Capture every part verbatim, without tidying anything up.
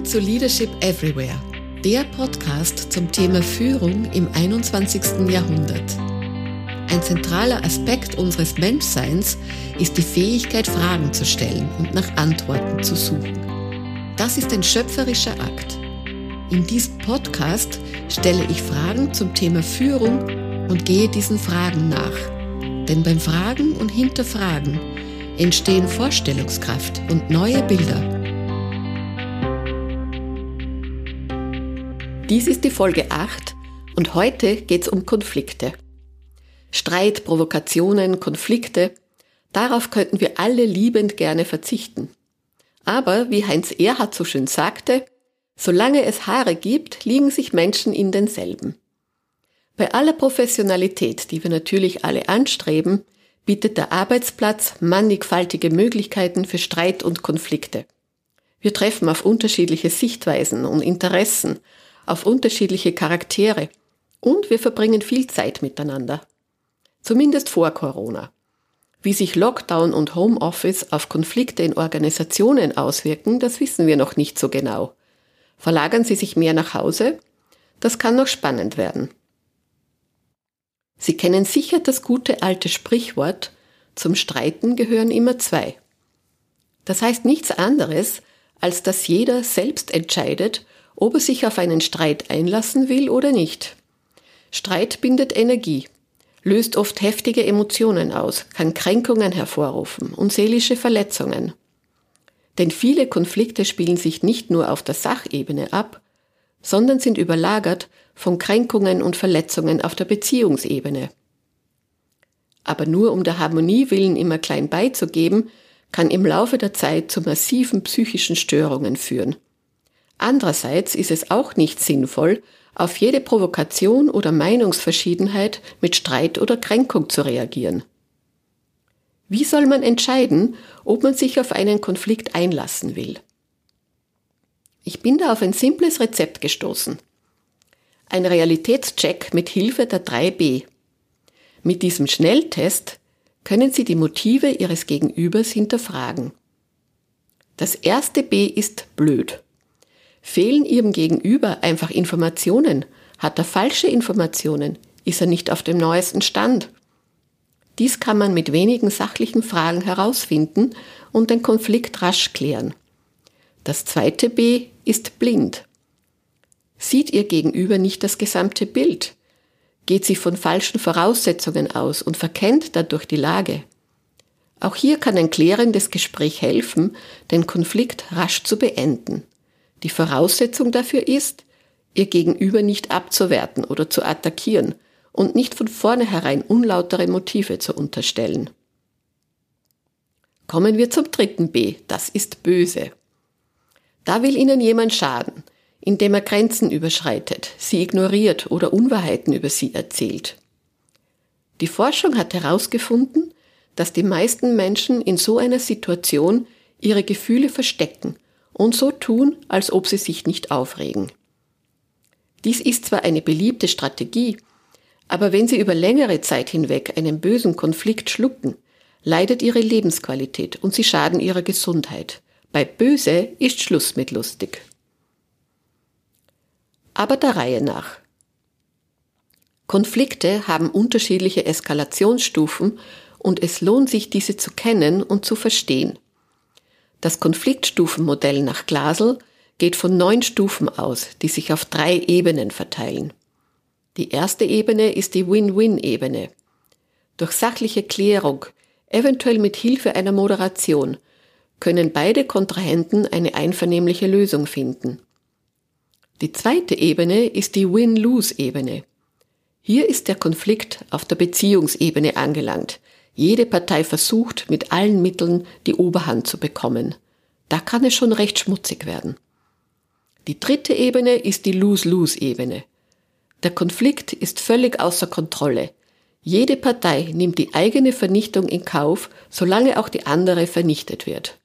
zu Leadership Everywhere, der Podcast zum Thema Führung im einundzwanzigsten Jahrhundert. Ein zentraler Aspekt unseres Menschseins ist die Fähigkeit, Fragen zu stellen und nach Antworten zu suchen. Das ist ein schöpferischer Akt. In diesem Podcast stelle ich Fragen zum Thema Führung und gehe diesen Fragen nach. Denn beim Fragen und Hinterfragen entstehen Vorstellungskraft und neue Bilder. Dies ist die Folge acht und heute geht es um Konflikte. Streit, Provokationen, Konflikte, darauf könnten wir alle liebend gerne verzichten. Aber, wie Heinz Erhardt so schön sagte, solange es Haare gibt, liegen sich Menschen in denselben. Bei aller Professionalität, die wir natürlich alle anstreben, bietet der Arbeitsplatz mannigfaltige Möglichkeiten für Streit und Konflikte. Wir treffen auf unterschiedliche Sichtweisen und Interessen, auf unterschiedliche Charaktere und wir verbringen viel Zeit miteinander. Zumindest vor Corona. Wie sich Lockdown und Homeoffice auf Konflikte in Organisationen auswirken, das wissen wir noch nicht so genau. Verlagern sie sich mehr nach Hause? Das kann noch spannend werden. Sie kennen sicher das gute alte Sprichwort, zum Streiten gehören immer zwei. Das heißt nichts anderes, als dass jeder selbst entscheidet, ob er sich auf einen Streit einlassen will oder nicht. Streit bindet Energie, löst oft heftige Emotionen aus, kann Kränkungen hervorrufen und seelische Verletzungen. Denn viele Konflikte spielen sich nicht nur auf der Sachebene ab, sondern sind überlagert von Kränkungen und Verletzungen auf der Beziehungsebene. Aber nur um der Harmonie willen immer klein beizugeben, kann im Laufe der Zeit zu massiven psychischen Störungen führen. Andererseits ist es auch nicht sinnvoll, auf jede Provokation oder Meinungsverschiedenheit mit Streit oder Kränkung zu reagieren. Wie soll man entscheiden, ob man sich auf einen Konflikt einlassen will? Ich bin da auf ein simples Rezept gestoßen. Ein Realitätscheck mit Hilfe der drei B. Mit diesem Schnelltest können Sie die Motive Ihres Gegenübers hinterfragen. Das erste B ist blöd. Fehlen Ihrem Gegenüber einfach Informationen? Hat er falsche Informationen? Ist er nicht auf dem neuesten Stand? Dies kann man mit wenigen sachlichen Fragen herausfinden und den Konflikt rasch klären. Das zweite B ist blind. Sieht Ihr Gegenüber nicht das gesamte Bild? Geht sie von falschen Voraussetzungen aus und verkennt dadurch die Lage? Auch hier kann ein klärendes Gespräch helfen, den Konflikt rasch zu beenden. Die Voraussetzung dafür ist, Ihr Gegenüber nicht abzuwerten oder zu attackieren und nicht von vornherein unlautere Motive zu unterstellen. Kommen wir zum dritten B, das ist böse. Da will Ihnen jemand schaden, indem er Grenzen überschreitet, Sie ignoriert oder Unwahrheiten über Sie erzählt. Die Forschung hat herausgefunden, dass die meisten Menschen in so einer Situation ihre Gefühle verstecken und so tun, als ob sie sich nicht aufregen. Dies ist zwar eine beliebte Strategie, aber wenn sie über längere Zeit hinweg einen bösen Konflikt schlucken, leidet ihre Lebensqualität und sie schaden ihrer Gesundheit. Bei böse ist Schluss mit lustig. Aber der Reihe nach. Konflikte haben unterschiedliche Eskalationsstufen und es lohnt sich, diese zu kennen und zu verstehen. Das Konfliktstufenmodell nach Glasl geht von neun Stufen aus, die sich auf drei Ebenen verteilen. Die erste Ebene ist die Win-Win-Ebene. Durch sachliche Klärung, eventuell mit Hilfe einer Moderation, können beide Kontrahenten eine einvernehmliche Lösung finden. Die zweite Ebene ist die Win-Lose-Ebene. Hier ist der Konflikt auf der Beziehungsebene angelangt. Jede Partei versucht, mit allen Mitteln die Oberhand zu bekommen. Da kann es schon recht schmutzig werden. Die dritte Ebene ist die Lose-Lose-Ebene. Der Konflikt ist völlig außer Kontrolle. Jede Partei nimmt die eigene Vernichtung in Kauf, solange auch die andere vernichtet wird.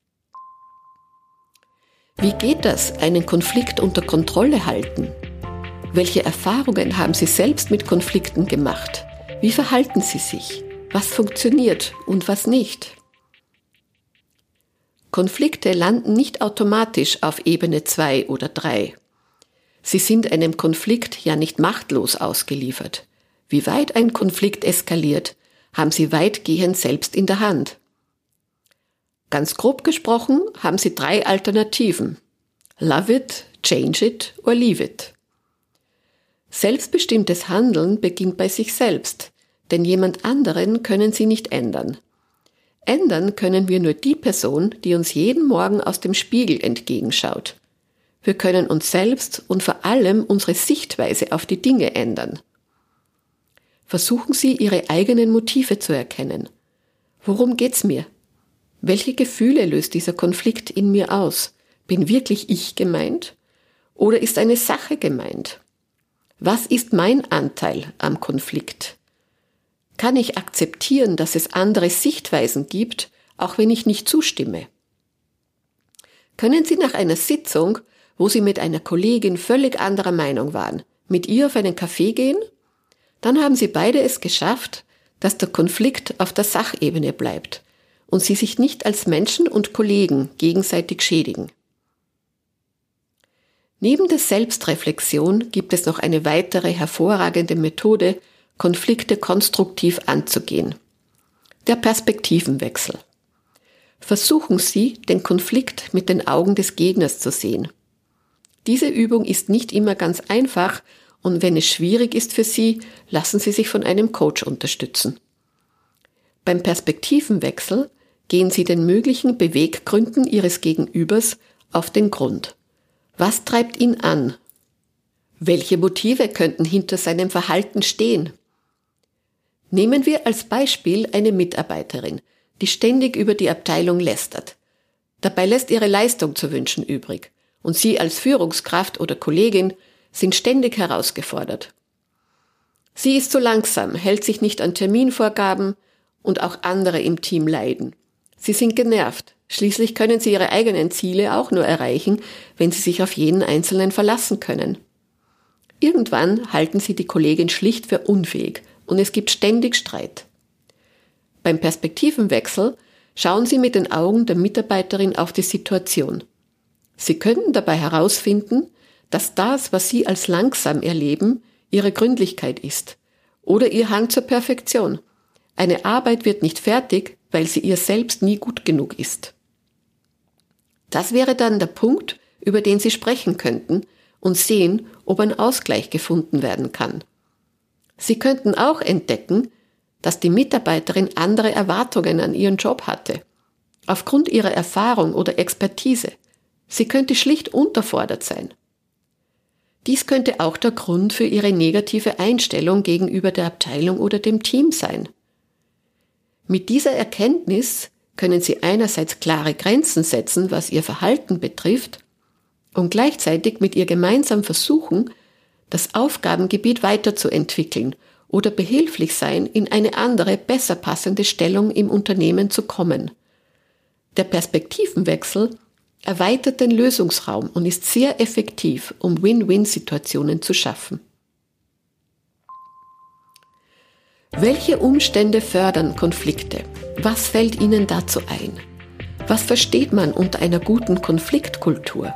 Wie geht das, einen Konflikt unter Kontrolle halten? Welche Erfahrungen haben Sie selbst mit Konflikten gemacht? Wie verhalten Sie sich? Was funktioniert und was nicht? Konflikte landen nicht automatisch auf Ebene zwei oder drei. Sie sind einem Konflikt ja nicht machtlos ausgeliefert. Wie weit ein Konflikt eskaliert, haben Sie weitgehend selbst in der Hand. Ganz grob gesprochen haben Sie drei Alternativen. Love it, change it or leave it. Selbstbestimmtes Handeln beginnt bei sich selbst, denn jemand anderen können Sie nicht ändern. Ändern können wir nur die Person, die uns jeden Morgen aus dem Spiegel entgegenschaut. Wir können uns selbst und vor allem unsere Sichtweise auf die Dinge ändern. Versuchen Sie, Ihre eigenen Motive zu erkennen. Worum geht's mir? Welche Gefühle löst dieser Konflikt in mir aus? Bin wirklich ich gemeint? Oder ist eine Sache gemeint? Was ist mein Anteil am Konflikt? Kann ich akzeptieren, dass es andere Sichtweisen gibt, auch wenn ich nicht zustimme? Können Sie nach einer Sitzung, wo Sie mit einer Kollegin völlig anderer Meinung waren, mit ihr auf einen Kaffee gehen? Dann haben Sie beide es geschafft, dass der Konflikt auf der Sachebene bleibt und Sie sich nicht als Menschen und Kollegen gegenseitig schädigen. Neben der Selbstreflexion gibt es noch eine weitere hervorragende Methode, Konflikte konstruktiv anzugehen. Der Perspektivenwechsel. Versuchen Sie, den Konflikt mit den Augen des Gegners zu sehen. Diese Übung ist nicht immer ganz einfach und wenn es schwierig ist für Sie, lassen Sie sich von einem Coach unterstützen. Beim Perspektivenwechsel gehen Sie den möglichen Beweggründen Ihres Gegenübers auf den Grund. Was treibt ihn an? Welche Motive könnten hinter seinem Verhalten stehen? Nehmen wir als Beispiel eine Mitarbeiterin, die ständig über die Abteilung lästert. Dabei lässt ihre Leistung zu wünschen übrig und Sie als Führungskraft oder Kollegin sind ständig herausgefordert. Sie ist zu langsam, hält sich nicht an Terminvorgaben und auch andere im Team leiden. Sie sind genervt. Schließlich können Sie Ihre eigenen Ziele auch nur erreichen, wenn Sie sich auf jeden Einzelnen verlassen können. Irgendwann halten Sie die Kollegin schlicht für unfähig und es gibt ständig Streit. Beim Perspektivenwechsel schauen Sie mit den Augen der Mitarbeiterin auf die Situation. Sie könnten dabei herausfinden, dass das, was Sie als langsam erleben, Ihre Gründlichkeit ist oder Ihr Hang zur Perfektion. Eine Arbeit wird nicht fertig, weil sie ihr selbst nie gut genug ist. Das wäre dann der Punkt, über den Sie sprechen könnten und sehen, ob ein Ausgleich gefunden werden kann. Sie könnten auch entdecken, dass die Mitarbeiterin andere Erwartungen an ihren Job hatte, aufgrund ihrer Erfahrung oder Expertise. Sie könnte schlicht unterfordert sein. Dies könnte auch der Grund für ihre negative Einstellung gegenüber der Abteilung oder dem Team sein. Mit dieser Erkenntnis können Sie einerseits klare Grenzen setzen, was Ihr Verhalten betrifft, und gleichzeitig mit ihr gemeinsam versuchen, das Aufgabengebiet weiterzuentwickeln oder behilflich sein, in eine andere, besser passende Stellung im Unternehmen zu kommen. Der Perspektivenwechsel erweitert den Lösungsraum und ist sehr effektiv, um Win-Win-Situationen zu schaffen. Welche Umstände fördern Konflikte? Was fällt Ihnen dazu ein? Was versteht man unter einer guten Konfliktkultur?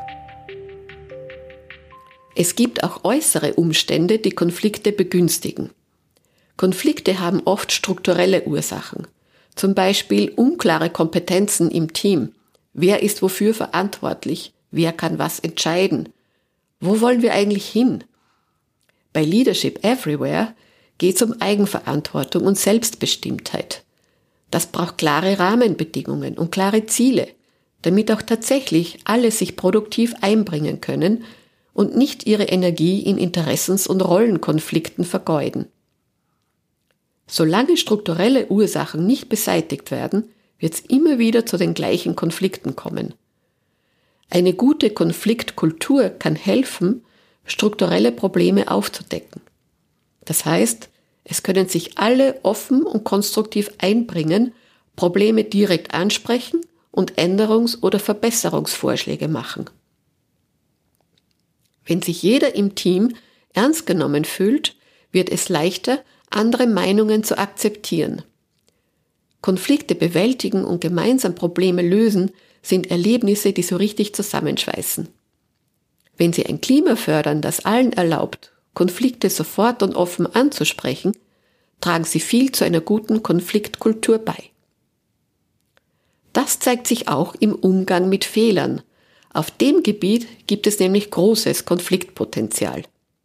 Es gibt auch äußere Umstände, die Konflikte begünstigen. Konflikte haben oft strukturelle Ursachen, zum Beispiel unklare Kompetenzen im Team. Wer ist wofür verantwortlich? Wer kann was entscheiden? Wo wollen wir eigentlich hin? Bei Leadership Everywhere geht es um Eigenverantwortung und Selbstbestimmtheit. Das braucht klare Rahmenbedingungen und klare Ziele, damit auch tatsächlich alle sich produktiv einbringen können und nicht ihre Energie in Interessens- und Rollenkonflikten vergeuden. Solange strukturelle Ursachen nicht beseitigt werden, wird es immer wieder zu den gleichen Konflikten kommen. Eine gute Konfliktkultur kann helfen, strukturelle Probleme aufzudecken. Das heißt, es können sich alle offen und konstruktiv einbringen, Probleme direkt ansprechen und Änderungs- oder Verbesserungsvorschläge machen. Wenn sich jeder im Team ernst genommen fühlt, wird es leichter, andere Meinungen zu akzeptieren. Konflikte bewältigen und gemeinsam Probleme lösen sind Erlebnisse, die so richtig zusammenschweißen. Wenn Sie ein Klima fördern, das allen erlaubt, Konflikte sofort und offen anzusprechen, tragen Sie viel zu einer guten Konfliktkultur bei. Das zeigt sich auch im Umgang mit Fehlern. Auf dem Gebiet gibt es nämlich großes Konfliktpotenzial.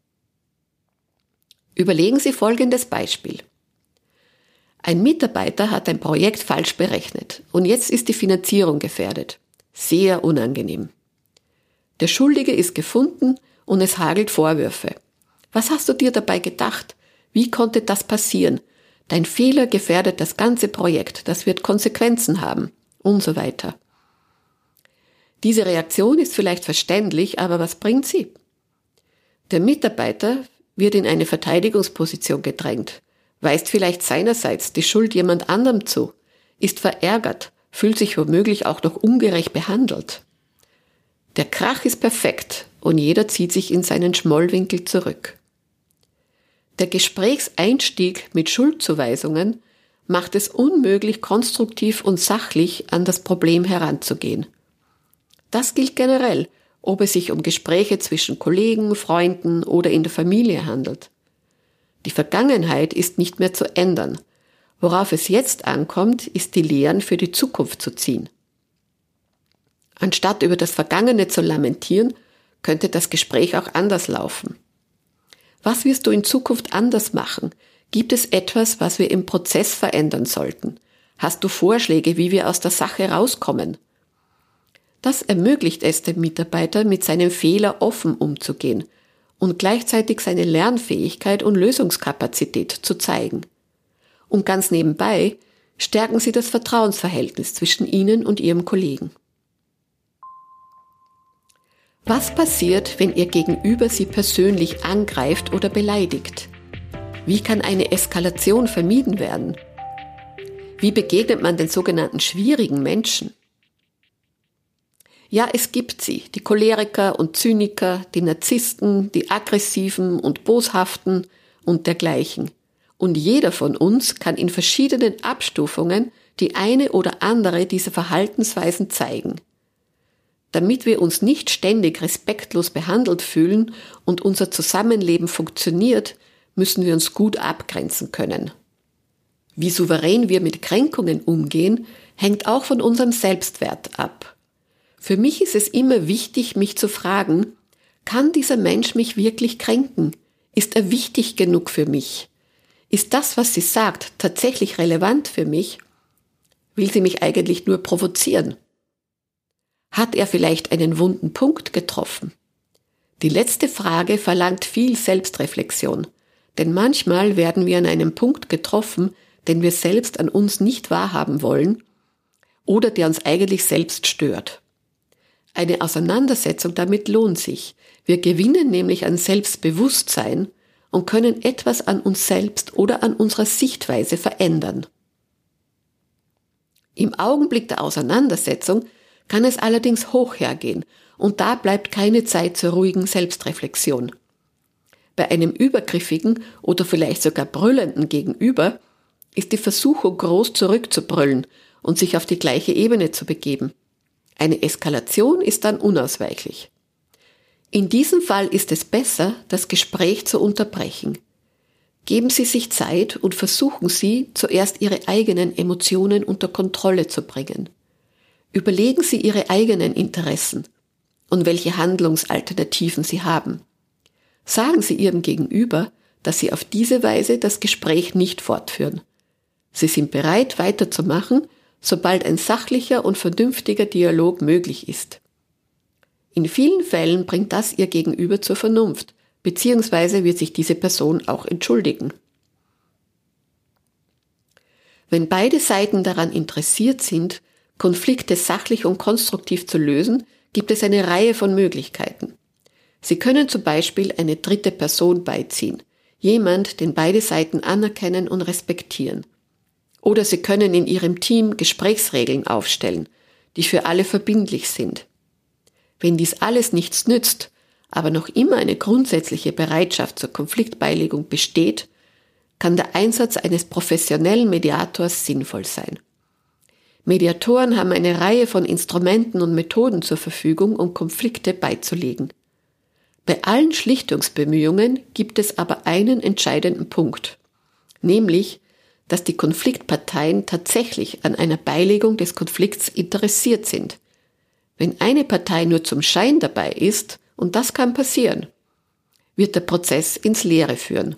Überlegen Sie folgendes Beispiel. Ein Mitarbeiter hat ein Projekt falsch berechnet und jetzt ist die Finanzierung gefährdet. Sehr unangenehm. Der Schuldige ist gefunden und es hagelt Vorwürfe. Was hast du dir dabei gedacht? Wie konnte das passieren? Dein Fehler gefährdet das ganze Projekt, das wird Konsequenzen haben und so weiter. Diese Reaktion ist vielleicht verständlich, aber was bringt sie? Der Mitarbeiter wird in eine Verteidigungsposition gedrängt, weist vielleicht seinerseits die Schuld jemand anderem zu, ist verärgert, fühlt sich womöglich auch noch ungerecht behandelt. Der Krach ist perfekt und jeder zieht sich in seinen Schmollwinkel zurück. Der Gesprächseinstieg mit Schuldzuweisungen macht es unmöglich, konstruktiv und sachlich an das Problem heranzugehen. Das gilt generell, ob es sich um Gespräche zwischen Kollegen, Freunden oder in der Familie handelt. Die Vergangenheit ist nicht mehr zu ändern. Worauf es jetzt ankommt, ist die Lehren für die Zukunft zu ziehen. Anstatt über das Vergangene zu lamentieren, könnte das Gespräch auch anders laufen. Was wirst du in Zukunft anders machen? Gibt es etwas, was wir im Prozess verändern sollten? Hast du Vorschläge, wie wir aus der Sache rauskommen? Das ermöglicht es dem Mitarbeiter, mit seinem Fehler offen umzugehen und gleichzeitig seine Lernfähigkeit und Lösungskapazität zu zeigen. Und ganz nebenbei stärken sie das Vertrauensverhältnis zwischen Ihnen und Ihrem Kollegen. Was passiert, wenn Ihr Gegenüber Sie persönlich angreift oder beleidigt? Wie kann eine Eskalation vermieden werden? Wie begegnet man den sogenannten schwierigen Menschen? Ja, es gibt sie, die Choleriker und Zyniker, die Narzissten, die Aggressiven und Boshaften und dergleichen. Und jeder von uns kann in verschiedenen Abstufungen die eine oder andere dieser Verhaltensweisen zeigen. Damit wir uns nicht ständig respektlos behandelt fühlen und unser Zusammenleben funktioniert, müssen wir uns gut abgrenzen können. Wie souverän wir mit Kränkungen umgehen, hängt auch von unserem Selbstwert ab. Für mich ist es immer wichtig, mich zu fragen, kann dieser Mensch mich wirklich kränken? Ist er wichtig genug für mich? Ist das, was sie sagt, tatsächlich relevant für mich? Will sie mich eigentlich nur provozieren? Hat er vielleicht einen wunden Punkt getroffen? Die letzte Frage verlangt viel Selbstreflexion, denn manchmal werden wir an einem Punkt getroffen, den wir selbst an uns nicht wahrhaben wollen oder der uns eigentlich selbst stört. Eine Auseinandersetzung damit lohnt sich. Wir gewinnen nämlich an Selbstbewusstsein und können etwas an uns selbst oder an unserer Sichtweise verändern. Im Augenblick der Auseinandersetzung kann es allerdings hoch hergehen und da bleibt keine Zeit zur ruhigen Selbstreflexion. Bei einem übergriffigen oder vielleicht sogar brüllenden Gegenüber ist die Versuchung groß, zurückzubrüllen und sich auf die gleiche Ebene zu begeben. Eine Eskalation ist dann unausweichlich. In diesem Fall ist es besser, das Gespräch zu unterbrechen. Geben Sie sich Zeit und versuchen Sie, zuerst Ihre eigenen Emotionen unter Kontrolle zu bringen. Überlegen Sie Ihre eigenen Interessen und welche Handlungsalternativen Sie haben. Sagen Sie Ihrem Gegenüber, dass Sie auf diese Weise das Gespräch nicht fortführen. Sie sind bereit, weiterzumachen, sobald ein sachlicher und vernünftiger Dialog möglich ist. In vielen Fällen bringt das Ihr Gegenüber zur Vernunft, beziehungsweise wird sich diese Person auch entschuldigen. Wenn beide Seiten daran interessiert sind, Konflikte sachlich und konstruktiv zu lösen, gibt es eine Reihe von Möglichkeiten. Sie können zum Beispiel eine dritte Person beiziehen, jemand, den beide Seiten anerkennen und respektieren. Oder Sie können in Ihrem Team Gesprächsregeln aufstellen, die für alle verbindlich sind. Wenn dies alles nichts nützt, aber noch immer eine grundsätzliche Bereitschaft zur Konfliktbeilegung besteht, kann der Einsatz eines professionellen Mediators sinnvoll sein. Mediatoren haben eine Reihe von Instrumenten und Methoden zur Verfügung, um Konflikte beizulegen. Bei allen Schlichtungsbemühungen gibt es aber einen entscheidenden Punkt, nämlich, dass die Konfliktparteien tatsächlich an einer Beilegung des Konflikts interessiert sind. Wenn eine Partei nur zum Schein dabei ist, und das kann passieren, wird der Prozess ins Leere führen.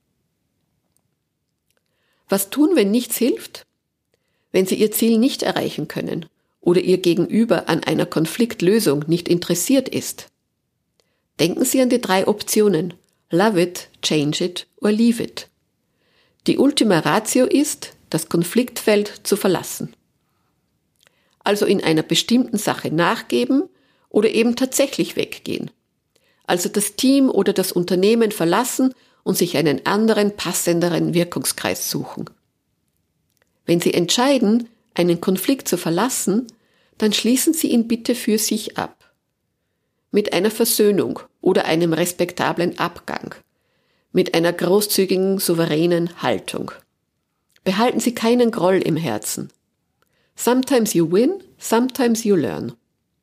Was tun, wenn nichts hilft? Wenn Sie Ihr Ziel nicht erreichen können oder Ihr Gegenüber an einer Konfliktlösung nicht interessiert ist? Denken Sie an die drei Optionen: Love it, change it or leave it. Die Ultima Ratio ist, das Konfliktfeld zu verlassen. Also in einer bestimmten Sache nachgeben oder eben tatsächlich weggehen. Also das Team oder das Unternehmen verlassen und sich einen anderen, passenderen Wirkungskreis suchen. Wenn Sie entscheiden, einen Konflikt zu verlassen, dann schließen Sie ihn bitte für sich ab. Mit einer Versöhnung oder einem respektablen Abgang. Mit einer großzügigen, souveränen Haltung. Behalten Sie keinen Groll im Herzen. Sometimes you win, sometimes you learn.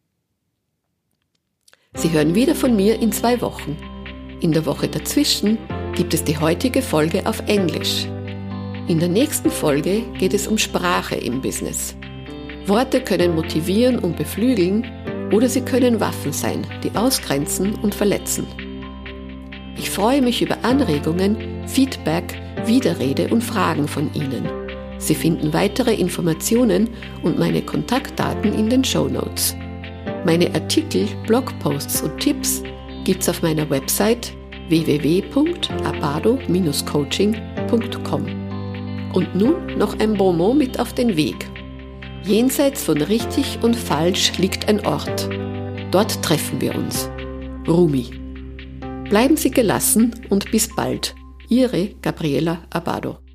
Sie hören wieder von mir in zwei Wochen. In der Woche dazwischen gibt es die heutige Folge auf Englisch. In der nächsten Folge geht es um Sprache im Business. Worte können motivieren und beflügeln oder sie können Waffen sein, die ausgrenzen und verletzen. Ich freue mich über Anregungen, Feedback, Widerrede und Fragen von Ihnen. Sie finden weitere Informationen und meine Kontaktdaten in den Shownotes. Meine Artikel, Blogposts und Tipps gibt's auf meiner Website w w w punkt abado Bindestrich coaching punkt com. Und nun noch ein Bonmot mit auf den Weg. Jenseits von richtig und falsch liegt ein Ort. Dort treffen wir uns. Rumi. Bleiben Sie gelassen und bis bald. Ihre Gabriela Abado.